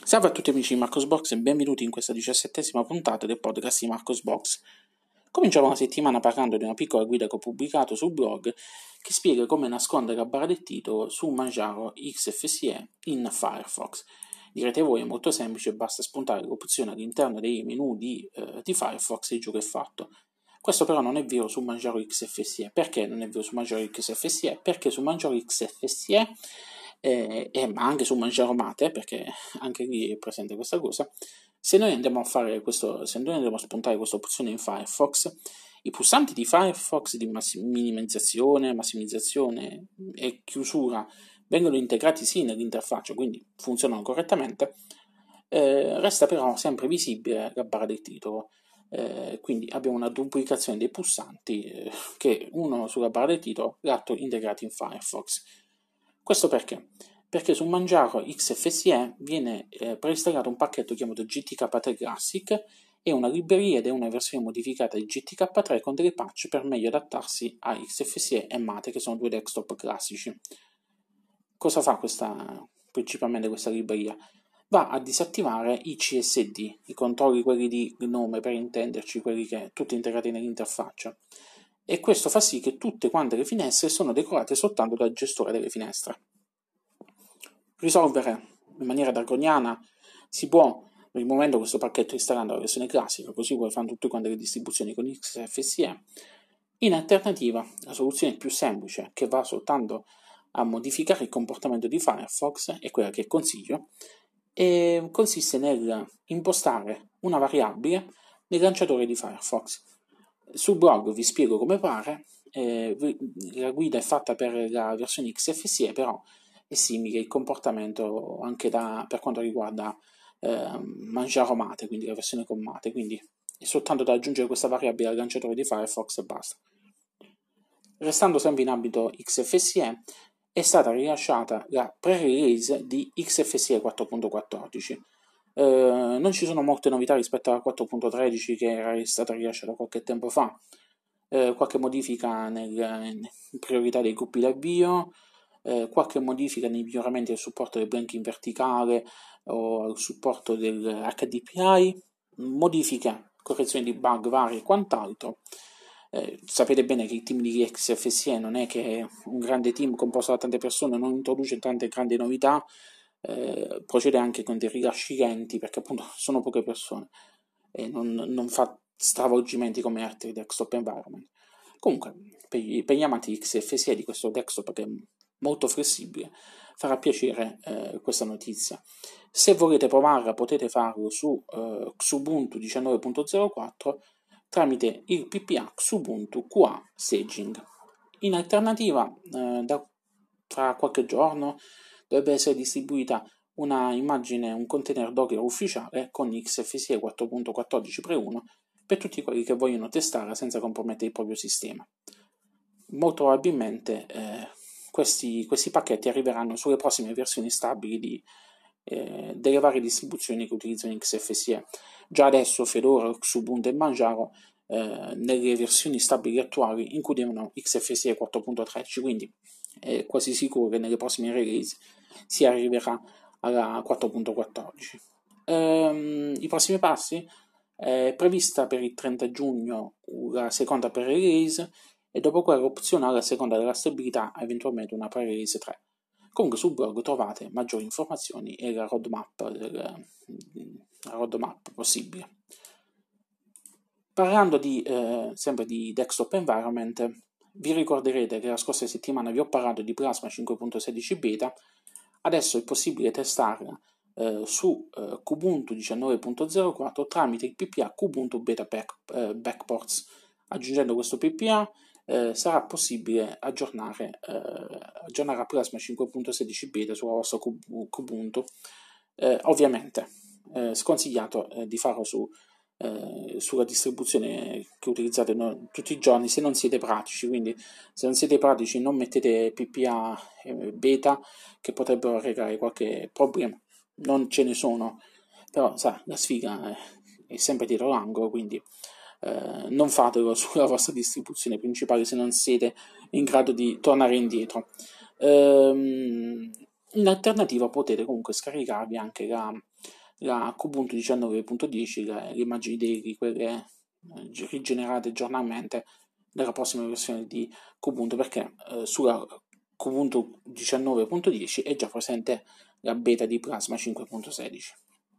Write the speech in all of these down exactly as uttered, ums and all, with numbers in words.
Salve a tutti amici di Marcosbox e benvenuti in questa diciassettesima puntata del podcast di Marcosbox. Cominciamo la settimana parlando di una piccola guida che ho pubblicato sul blog che spiega come nascondere la barra del titolo su Manjaro X F C E in Firefox. Direte voi, è molto semplice, basta spuntare l'opzione all'interno dei menu di, eh, di Firefox e il gioco è fatto. Questo però non è vero su Manjaro X F C E. Perché non è vero su Manjaro X F C E? Perché su Manjaro X F C E Eh, eh, ma anche su Manjaro Mate, perché anche lì è presente questa cosa. Se noi andiamo a fare questo, se noi andiamo a spuntare questa opzione in Firefox, i pulsanti di Firefox di massi- minimizzazione, massimizzazione e chiusura vengono integrati sì nell'interfaccia, quindi funzionano correttamente. Eh, resta però sempre visibile la barra del titolo. Eh, quindi abbiamo una duplicazione dei pulsanti, eh, che uno sulla barra del titolo, l'altro integrati in Firefox. Questo perché? Perché su Manjaro X F C E viene eh, preinstallato un pacchetto chiamato G T K tre Classic e una libreria ed è una versione modificata di G T K tre con delle patch per meglio adattarsi a X F C E e Mate, che sono due desktop classici. Cosa fa questa, principalmente questa libreria? Va a disattivare i C S D, i controlli, quelli di nome per intenderci, quelli che tutti integrati nell'interfaccia. E questo fa sì che tutte quante le finestre sono decorate soltanto dal gestore delle finestre. Risolvere in maniera draconiana si può rimuovendo questo pacchetto installando la versione classica, così come fanno tutte quante le distribuzioni con X F C E. In alternativa, la soluzione più semplice, che va soltanto a modificare il comportamento di Firefox, è quella che consiglio, e consiste nel impostare una variabile nel lanciatore di Firefox. Sul blog vi spiego come fare, eh, la guida è fatta per la versione X F C E, però è simile il comportamento anche da, per quanto riguarda eh, Manjaro Mate, quindi la versione con Mate, quindi è soltanto da aggiungere questa variabile al lanciatore di Firefox e basta. Restando sempre in ambito X F C E, è stata rilasciata la pre-release di X F C E quattro punto quattordici. Eh, non ci sono molte novità rispetto alla quattro punto tredici che era stata rilasciata qualche tempo fa. Eh, qualche modifica nel, in priorità dei gruppi d'avvio, eh, qualche modifica nei miglioramenti del supporto del blanking verticale o al supporto del H D P I, modifiche, correzioni di bug vari e quant'altro. Eh, sapete bene che il team di X F C E non è che è un grande team composto da tante persone, non introduce tante grandi novità, eh, procede anche con dei rilasci lenti perché appunto sono poche persone e non, non fa stravolgimenti come altri desktop environment. Comunque, per gli, per gli amanti di X F C E di questo desktop che è molto flessibile, farà piacere eh, questa notizia. Se volete provarla potete farlo su eh, Xubuntu diciannove punto zero quattro tramite il P P A Xubuntu Q A Staging. In alternativa, eh, da, tra qualche giorno dovrebbe essere distribuita una immagine, un container Docker ufficiale con X F C E quattro punto quattordici pre uno per tutti quelli che vogliono testarla senza compromettere il proprio sistema. Molto probabilmente eh, questi, questi pacchetti arriveranno sulle prossime versioni stabili di, eh, delle varie distribuzioni che utilizzano X F C E. Già adesso Fedora, Xubuntu e Manjaro eh, nelle versioni stabili attuali includevano X F C E quattro punto tredici, quindi è quasi sicuro che nelle prossime release si arriverà alla quattro punto quattordici. Ehm, I prossimi passi? È prevista per il trenta giugno la seconda pre-release e dopo quella opzionale a seconda della stabilità eventualmente una pre-release tre. Comunque sul blog trovate maggiori informazioni e la roadmap, la roadmap possibile. Parlando di, eh, sempre di desktop environment, vi ricorderete che la scorsa settimana vi ho parlato di Plasma cinque punto sedici beta. Adesso è possibile testarla eh, su eh, Kubuntu diciannove punto zero quattro tramite il P P A Kubuntu Beta back, eh, Backports. Aggiungendo questo P P A eh, sarà possibile aggiornare, eh, aggiornare a Plasma cinque punto sedici beta sulla vostra Kubuntu. Eh, ovviamente è sconsigliato eh, di farlo su Eh, sulla distribuzione che utilizzate no, tutti i giorni se non siete pratici, quindi se non siete pratici non mettete P P A eh, beta che potrebbero arrecare qualche problema. Non ce ne sono, però sa, la sfiga è, è sempre dietro l'angolo, quindi eh, non fatelo sulla vostra distribuzione principale se non siete in grado di tornare indietro. Ehm, in alternativa potete comunque scaricarvi anche la la Kubuntu diciannove punto dieci, le, le immagini daily, quelle eh, rigenerate giornalmente nella prossima versione di Kubuntu, perché eh, sulla Kubuntu diciannove punto dieci è già presente la beta di Plasma cinque punto sedici.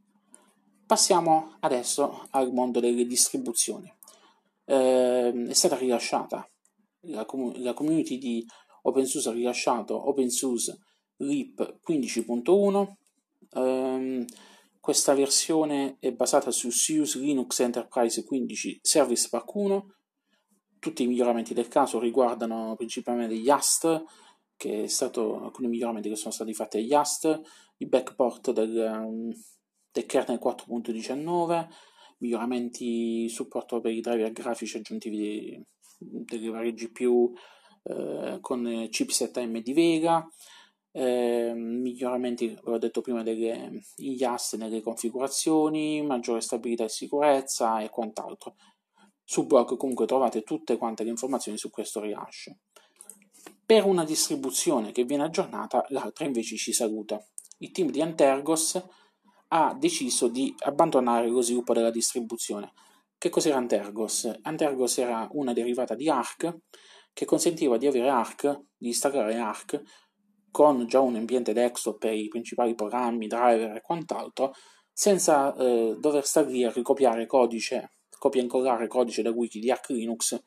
Passiamo adesso al mondo delle distribuzioni. Eh, è stata rilasciata la, com- la community di OpenSUSE ha rilasciato OpenSUSE Leap quindici punto uno. Eh, questa versione è basata su SUSE Linux Enterprise quindici Service Pack uno. Tutti i miglioramenti del caso riguardano principalmente gli A S T, che è stato alcuni miglioramenti che sono stati fatti agli A S T, il backport del, del kernel quattro punto diciannove, miglioramenti supporto per i driver grafici aggiuntivi delle varie G P U eh, con chipset A M D Vega, eh, miglioramenti, l'ho detto prima, degli A S T nelle configurazioni, maggiore stabilità e sicurezza e quant'altro. Sul blog comunque trovate tutte quante le informazioni su questo rilascio. Per una distribuzione che viene aggiornata, l'altra invece ci saluta. Il team di Antergos ha deciso di abbandonare lo sviluppo della distribuzione. Che cos'era Antergos? Antergos era una derivata di Arch che consentiva di avere Arch, di installare Arch con già un ambiente desktop per i principali programmi, driver e quant'altro, senza eh, dover stare lì a ricopiare codice, copia e incollare codice da wiki di Arch Linux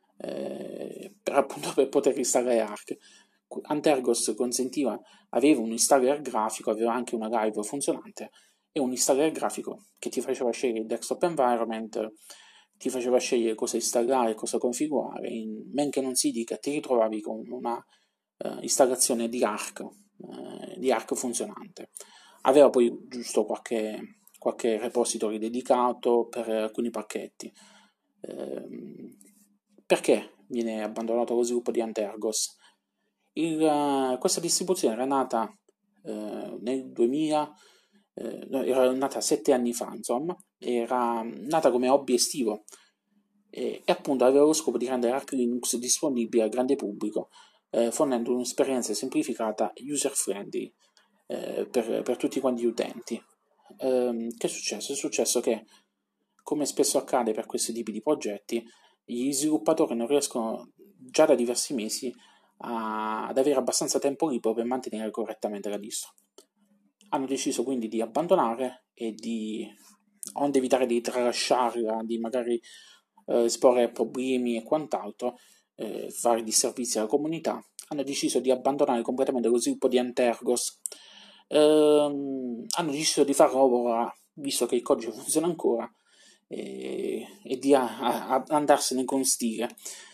eh, per appunto per poter installare Arch. Antergos consentiva, aveva un installer grafico, aveva anche una live funzionante e un installer grafico che ti faceva scegliere il desktop environment, ti faceva scegliere cosa installare, cosa configurare, in men che non si dica ti ritrovavi con una uh, installazione di Arch, uh, di Arch funzionante. Aveva poi giusto qualche, qualche repository dedicato per alcuni pacchetti. Uh, perché viene abbandonato lo sviluppo di Antergos? Il, uh, questa distribuzione era nata uh, nel duemila, uh, era nata sette anni fa, insomma, era nata come hobby estivo e, e appunto aveva lo scopo di rendere Arch Linux disponibile al grande pubblico, eh, fornendo un'esperienza semplificata e user-friendly eh, per, per tutti quanti gli utenti. Eh, che è successo? È successo che, come spesso accade per questi tipi di progetti, gli sviluppatori non riescono già da diversi mesi a, ad avere abbastanza tempo libero per mantenere correttamente la distro. Hanno deciso quindi di abbandonare e di, onde evitare di tralasciarla, di magari eh, esporre problemi e quant'altro, eh, vari disservizi alla comunità, hanno deciso di abbandonare completamente lo sviluppo di Antergos. Ehm, hanno deciso di farlo ora, visto che il codice funziona ancora, e, e di a, a andarsene con stile.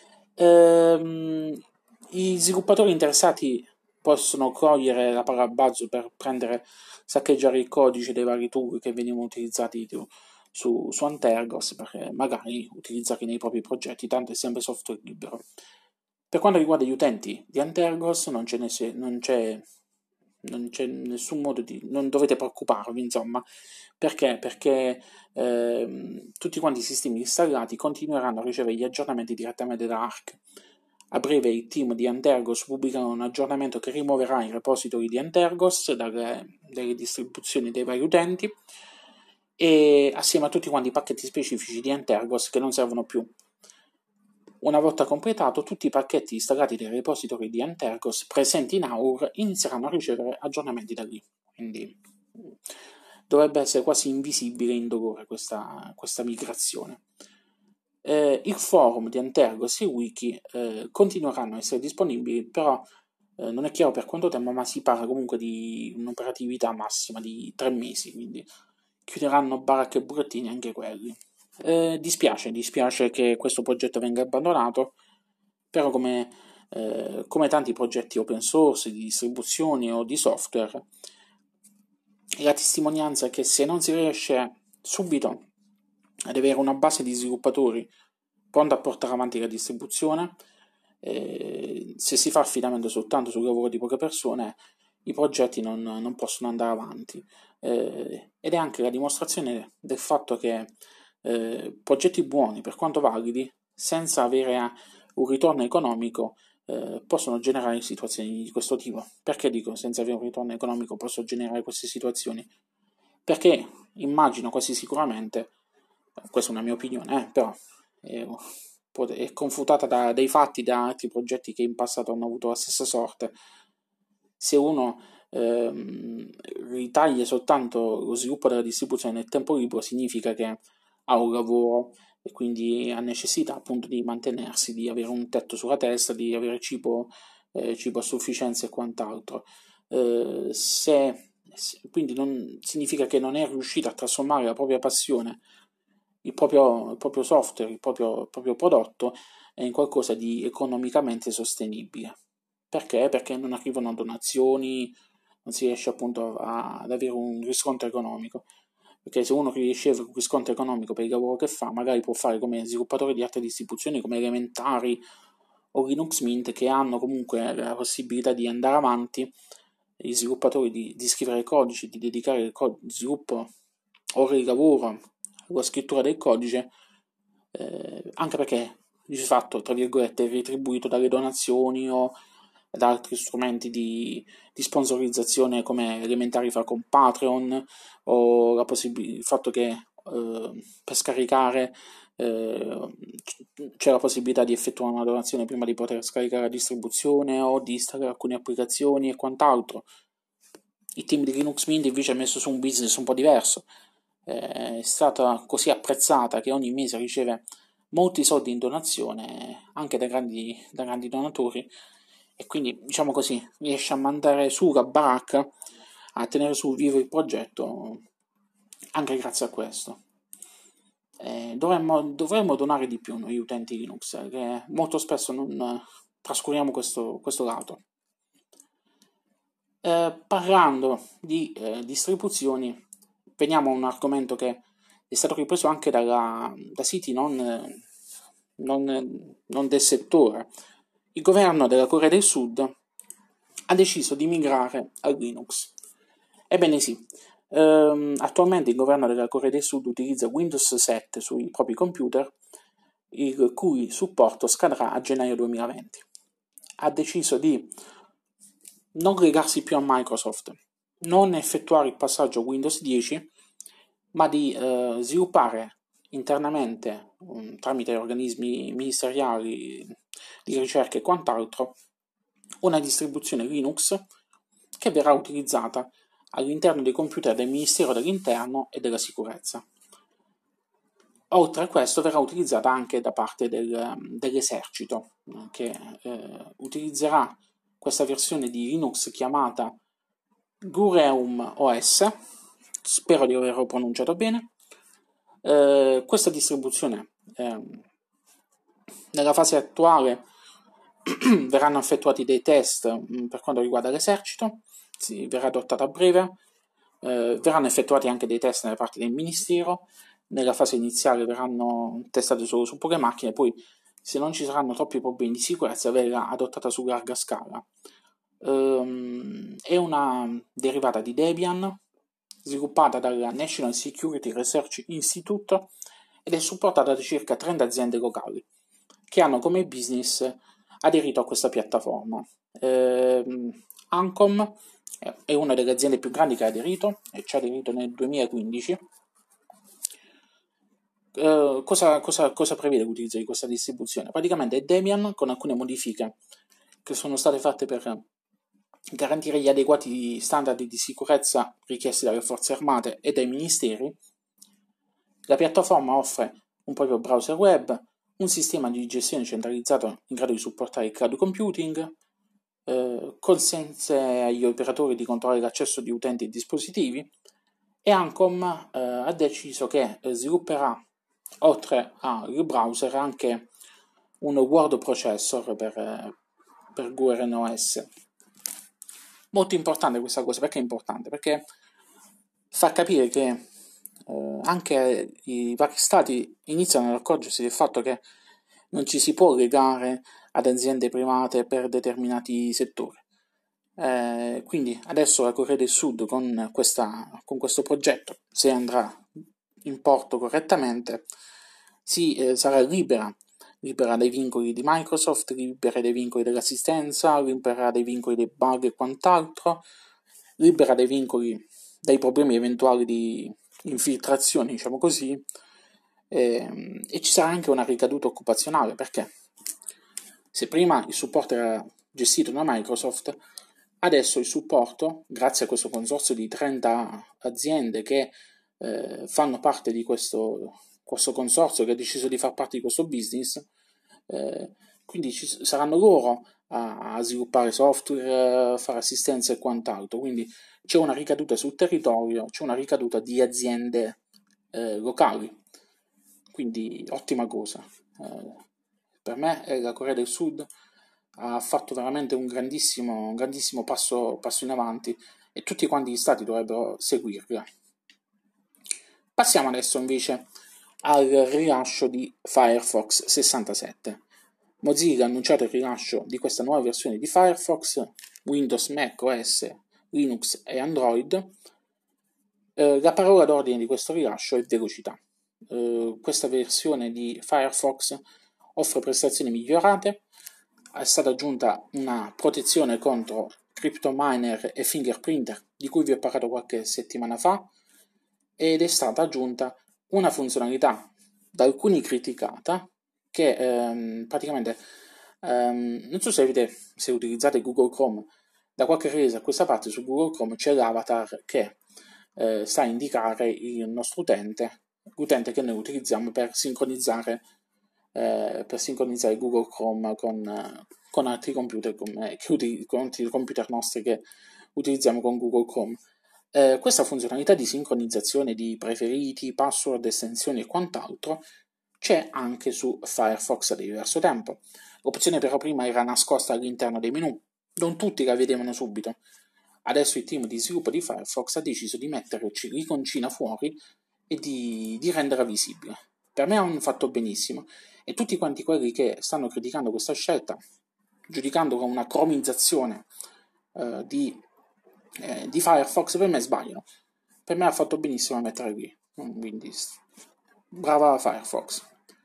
Ehm, I sviluppatori interessati possono cogliere la parola buzz per prendere, saccheggiare il codice dei vari tool che venivano utilizzati su, su Antergos, per magari utilizzarli nei propri progetti, tanto è sempre software libero. Per quanto riguarda gli utenti di Antergos non c'è, ness- non c'è, non c'è nessun modo di... non dovete preoccuparvi, insomma. Perché? Perché eh, tutti quanti i sistemi installati continueranno a ricevere gli aggiornamenti direttamente da Arch. A breve il team di Antergos pubblicherà un aggiornamento che rimuoverà i repository di Antergos dalle, dalle distribuzioni dei vari utenti e assieme a tutti quanti i pacchetti specifici di Antergos che non servono più. Una volta completato, tutti i pacchetti installati dai repository di Antergos presenti in A U R inizieranno a ricevere aggiornamenti da lì. Quindi dovrebbe essere quasi invisibile e indolore questa, questa migrazione. Eh, il forum di Antergos e il wiki eh, continueranno a essere disponibili, però eh, non è chiaro per quanto tempo, ma si parla comunque di un'operatività massima di tre mesi, quindi chiuderanno baracche e burattini anche quelli. Eh, dispiace, dispiace che questo progetto venga abbandonato, però come, eh, come tanti progetti open source, di distribuzioni o di software, è la testimonianza che se non si riesce subito ad avere una base di sviluppatori pronta a portare avanti la distribuzione, eh, se si fa affidamento soltanto sul lavoro di poche persone, i progetti non, non possono andare avanti. Eh, ed è anche la dimostrazione del fatto che eh, progetti buoni, per quanto validi, senza avere un ritorno economico, eh, possono generare situazioni di questo tipo. Perché dico senza avere un ritorno economico possono generare queste situazioni? perché immagino quasi sicuramente, questa è una mia opinione, eh, però è, è confutata da, dai fatti, da altri progetti che in passato hanno avuto la stessa sorte. Se uno ehm, ritaglia soltanto lo sviluppo della distribuzione nel tempo libero, significa che ha un lavoro e quindi ha necessità appunto di mantenersi, di avere un tetto sulla testa, di avere cibo, eh, cibo a sufficienza e quant'altro. Eh, se, se- quindi non, significa che non è riuscito a trasformare la propria passione, il proprio, il proprio software, il proprio, il proprio prodotto in qualcosa di economicamente sostenibile. Perché? Perché non arrivano donazioni, non si riesce appunto a- ad avere un riscontro economico. Perché se uno riceve un riscontro economico per il lavoro che fa, magari può fare come sviluppatore di altre distribuzioni come Elementary o Linux Mint, che hanno comunque la possibilità di andare avanti, gli sviluppatori di, di scrivere codice, di dedicare il co- sviluppo, ore di lavoro alla scrittura del codice, eh, anche perché di fatto, tra virgolette, è retribuito dalle donazioni o da altri strumenti di, di sponsorizzazione come Elementary fa con Patreon, o la possib- il fatto che eh, per scaricare eh, c'è la possibilità di effettuare una donazione prima di poter scaricare la distribuzione o di installare alcune applicazioni e quant'altro. Il team di Linux Mint invece ha messo su un business un po' diverso. Eh, è stata così apprezzata che ogni mese riceve molti soldi in donazione anche da grandi, da grandi donatori, e quindi diciamo così riesce a mandare su la baracca, a tenere su vivo il progetto anche grazie a questo. Eh, dovremmo, dovremmo donare di più noi utenti Linux, che molto spesso non eh, trascuriamo questo, questo lato. Eh, parlando di eh, distribuzioni, veniamo a un argomento che è stato ripreso anche dalla, da siti non, eh, non, eh, non del settore. Il governo della Corea del Sud ha deciso di migrare a Linux. Ebbene sì, ehm, attualmente il governo della Corea del Sud utilizza Windows sette sui propri computer, il cui supporto scadrà a gennaio duemilaventi. Ha deciso di non legarsi più a Microsoft, non effettuare il passaggio a Windows dieci, ma di eh, sviluppare internamente, um, tramite organismi ministeriali di ricerca e quant'altro, una distribuzione Linux che verrà utilizzata all'interno dei computer del Ministero dell'Interno e della Sicurezza. Oltre a questo verrà utilizzata anche da parte del, dell'esercito, che eh, utilizzerà questa versione di Linux chiamata Gureum O S, spero di averlo pronunciato bene. Eh, questa distribuzione eh, nella fase attuale verranno effettuati dei test mh, per quanto riguarda l'esercito, si verrà adottata a breve, eh, verranno effettuati anche dei test nelle parti del ministero. Nella fase iniziale verranno testate solo su poche macchine, poi se non ci saranno troppi problemi di sicurezza verrà adottata su larga scala. Ehm, è una derivata di Debian, sviluppata dalla National Security Research Institute ed è supportata da circa trenta aziende locali che hanno come business aderito a questa piattaforma. Ehm, Ancom è una delle aziende più grandi che ha aderito e ci ha aderito nel duemilaquindici. Uh, cosa, cosa, cosa prevede l'utilizzo di questa distribuzione? Praticamente è Debian con alcune modifiche che sono state fatte per garantire gli adeguati standard di sicurezza richiesti dalle forze armate e dai ministeri. La piattaforma offre un proprio browser web, un sistema di gestione centralizzato in grado di supportare il cloud computing, eh, consente agli operatori di controllare l'accesso di utenti e dispositivi, e Ancom eh, ha deciso che eh, svilupperà, oltre al browser, anche un word processor per, eh, per G U R N O S. Molto importante questa cosa. Perché è importante? Perché fa capire che eh, anche i vari stati iniziano ad accorgersi del fatto che non ci si può legare ad aziende private per determinati settori. Eh, quindi adesso la Corea del Sud con, questa, con questo progetto, se andrà in porto correttamente, si eh, sarà libera, libera dai vincoli di Microsoft, libera dai vincoli dell'assistenza, libera dai vincoli dei bug e quant'altro, libera dai vincoli dai problemi eventuali di infiltrazioni, diciamo così, e, e ci sarà anche una ricaduta occupazionale, perché se prima il supporto era gestito da Microsoft, adesso il supporto, grazie a questo consorzio di trenta aziende che eh, fanno parte di questo, questo consorzio che ha deciso di far parte di questo business, eh, quindi ci saranno loro a, a sviluppare software, a fare assistenza e quant'altro, quindi c'è una ricaduta sul territorio, c'è una ricaduta di aziende eh, locali, quindi ottima cosa. Eh, per me eh, la Corea del Sud ha fatto veramente un grandissimo, un grandissimo passo, passo in avanti e tutti quanti gli stati dovrebbero seguirla. Passiamo adesso invece al rilascio di Firefox sessantasette. Mozilla ha annunciato il rilascio di questa nuova versione di Firefox, Windows, Mac O S, Linux e Android. Eh, la parola d'ordine di questo rilascio è velocità. Eh, questa versione di Firefox offre prestazioni migliorate, è stata aggiunta una protezione contro CryptoMiner e Fingerprinter di cui vi ho parlato qualche settimana fa ed è stata aggiunta una funzionalità da alcuni criticata che ehm, praticamente ehm, non so se avete se utilizzate Google Chrome, da qualche resa a questa parte su Google Chrome c'è l'avatar che eh, sta a indicare il nostro utente, l'utente che noi utilizziamo per sincronizzare eh, per sincronizzare Google Chrome con, con altri computer come, che uti- con altri computer nostri che utilizziamo con Google Chrome. Eh, questa funzionalità di sincronizzazione di preferiti, password, estensioni e quant'altro c'è anche su Firefox da diverso tempo. L'opzione però prima era nascosta all'interno dei menu, non tutti la vedevano subito. Adesso il team di sviluppo di Firefox ha deciso di metterci l'iconcina fuori e di, di renderla visibile. Per me hanno fatto benissimo e tutti quanti quelli che stanno criticando questa scelta, giudicando come una cromizzazione eh, di, eh, di Firefox, per me sbagliano. Per me ha fatto benissimo a mettere lì, quindi brava Firefox.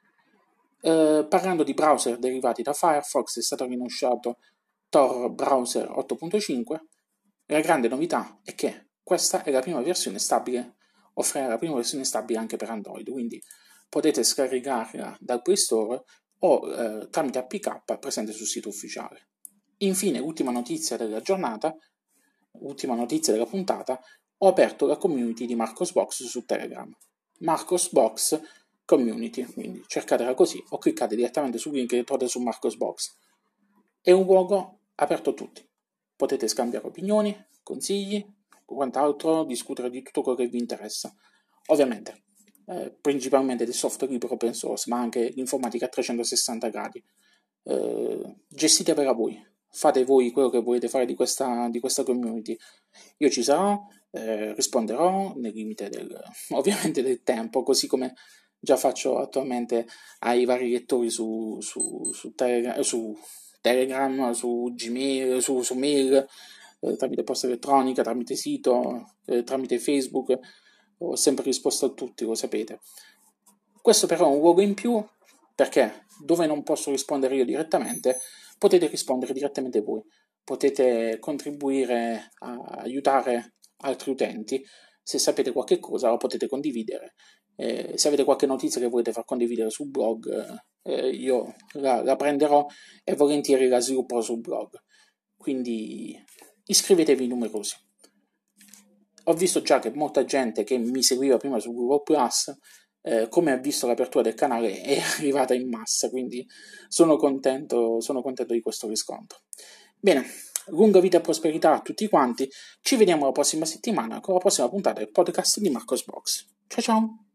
Eh, parlando di browser derivati da Firefox, è stato rilasciato Tor Browser otto punto cinque. La grande novità è che questa è la prima versione stabile, offrirà la prima versione stabile anche per Android, quindi potete scaricarla dal Play Store o eh, tramite A P K presente sul sito ufficiale. Infine, ultima notizia della giornata, ultima notizia della puntata, ho aperto la community di Marcosbox su Telegram. Marcosbox Community, quindi cercatela così o cliccate direttamente sul link che trovate su Marcosbox. È un luogo aperto a tutti. Potete scambiare opinioni, consigli, quant'altro, discutere di tutto quello che vi interessa. Ovviamente, eh, principalmente del software libero open source, ma anche l'informatica a trecentosessanta gradi. Eh, gestitevela voi, fate voi quello che volete fare di questa, di questa community. Io ci sarò, eh, risponderò nel limite del, ovviamente del tempo, così come già faccio attualmente ai vari lettori su, su, su, Telegram, su Telegram, su Gmail, su, su mail, eh, tramite posta elettronica, tramite sito, eh, tramite Facebook. Ho sempre risposto a tutti, lo sapete. Questo però è un luogo in più perché dove non posso rispondere io direttamente, potete rispondere direttamente voi. Potete contribuire a aiutare altri utenti. Se sapete qualche cosa lo potete condividere. Eh, se avete qualche notizia che volete far condividere sul blog, eh, io la, la prenderò e volentieri la svilupperò sul blog. Quindi iscrivetevi numerosi. Ho visto già che molta gente che mi seguiva prima su Google Plus, eh, come ha visto l'apertura del canale, è arrivata in massa, quindi sono contento, sono contento di questo riscontro. Bene, lunga vita e prosperità a tutti quanti, ci vediamo la prossima settimana con la prossima puntata del podcast di Marcosbox. Ciao ciao!